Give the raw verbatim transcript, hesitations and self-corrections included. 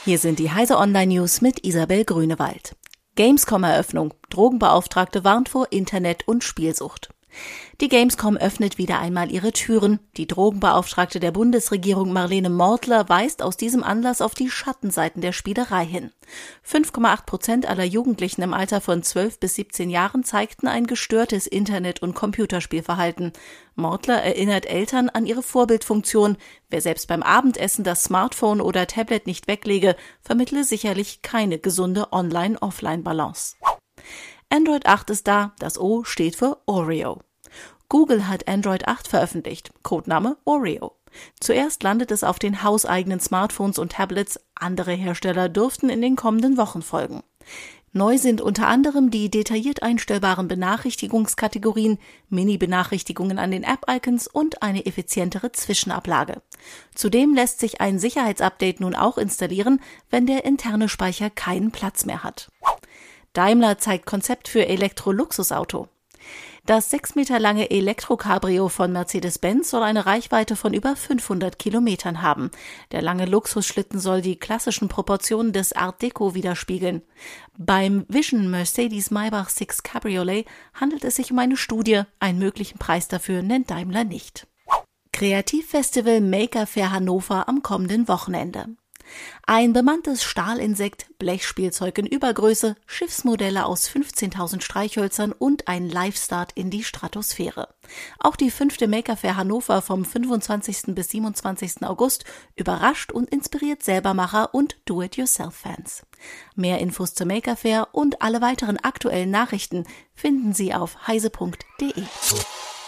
Hier sind die Heise Online News mit Isabel Grünewald. Gamescom-Eröffnung. Drogenbeauftragte warnt vor Internet- und Spielsucht. Die Gamescom öffnet wieder einmal ihre Türen. Die Drogenbeauftragte der Bundesregierung Marlene Mortler weist aus diesem Anlass auf die Schattenseiten der Spielerei hin. fünf Komma acht Prozent aller Jugendlichen im Alter von zwölf bis siebzehn Jahren zeigten ein gestörtes Internet- und Computerspielverhalten. Mortler erinnert Eltern an ihre Vorbildfunktion. Wer selbst beim Abendessen das Smartphone oder Tablet nicht weglege, vermittle sicherlich keine gesunde Online-Offline-Balance. Android acht ist da, das O steht für Oreo. Google hat Android acht veröffentlicht, Codename Oreo. Zuerst landet es auf den hauseigenen Smartphones und Tablets, andere Hersteller dürften in den kommenden Wochen folgen. Neu sind unter anderem die detailliert einstellbaren Benachrichtigungskategorien, Mini-Benachrichtigungen an den App-Icons und eine effizientere Zwischenablage. Zudem lässt sich ein Sicherheitsupdate nun auch installieren, wenn der interne Speicher keinen Platz mehr hat. Daimler zeigt Konzept für Elektro-Luxusauto. Das sechs Meter lange Elektro-Cabrio von Mercedes-Benz soll eine Reichweite von über fünfhundert Kilometern haben. Der lange Luxusschlitten soll die klassischen Proportionen des Art Deco widerspiegeln. Beim Vision Mercedes-Maybach sechs Cabriolet handelt es sich um eine Studie. Einen möglichen Preis dafür nennt Daimler nicht. Kreativfestival Maker Faire Hannover am kommenden Wochenende. Ein bemanntes Stahlinsekt, Blechspielzeug in Übergröße, Schiffsmodelle aus fünfzehntausend Streichhölzern und ein Live-Start in die Stratosphäre. Auch die fünfte Maker Faire Hannover vom fünfundzwanzigsten bis siebenundzwanzigsten August überrascht und inspiriert Selbermacher und Do-it-yourself-Fans. Mehr Infos zur Maker Faire und alle weiteren aktuellen Nachrichten finden Sie auf heise punkt de.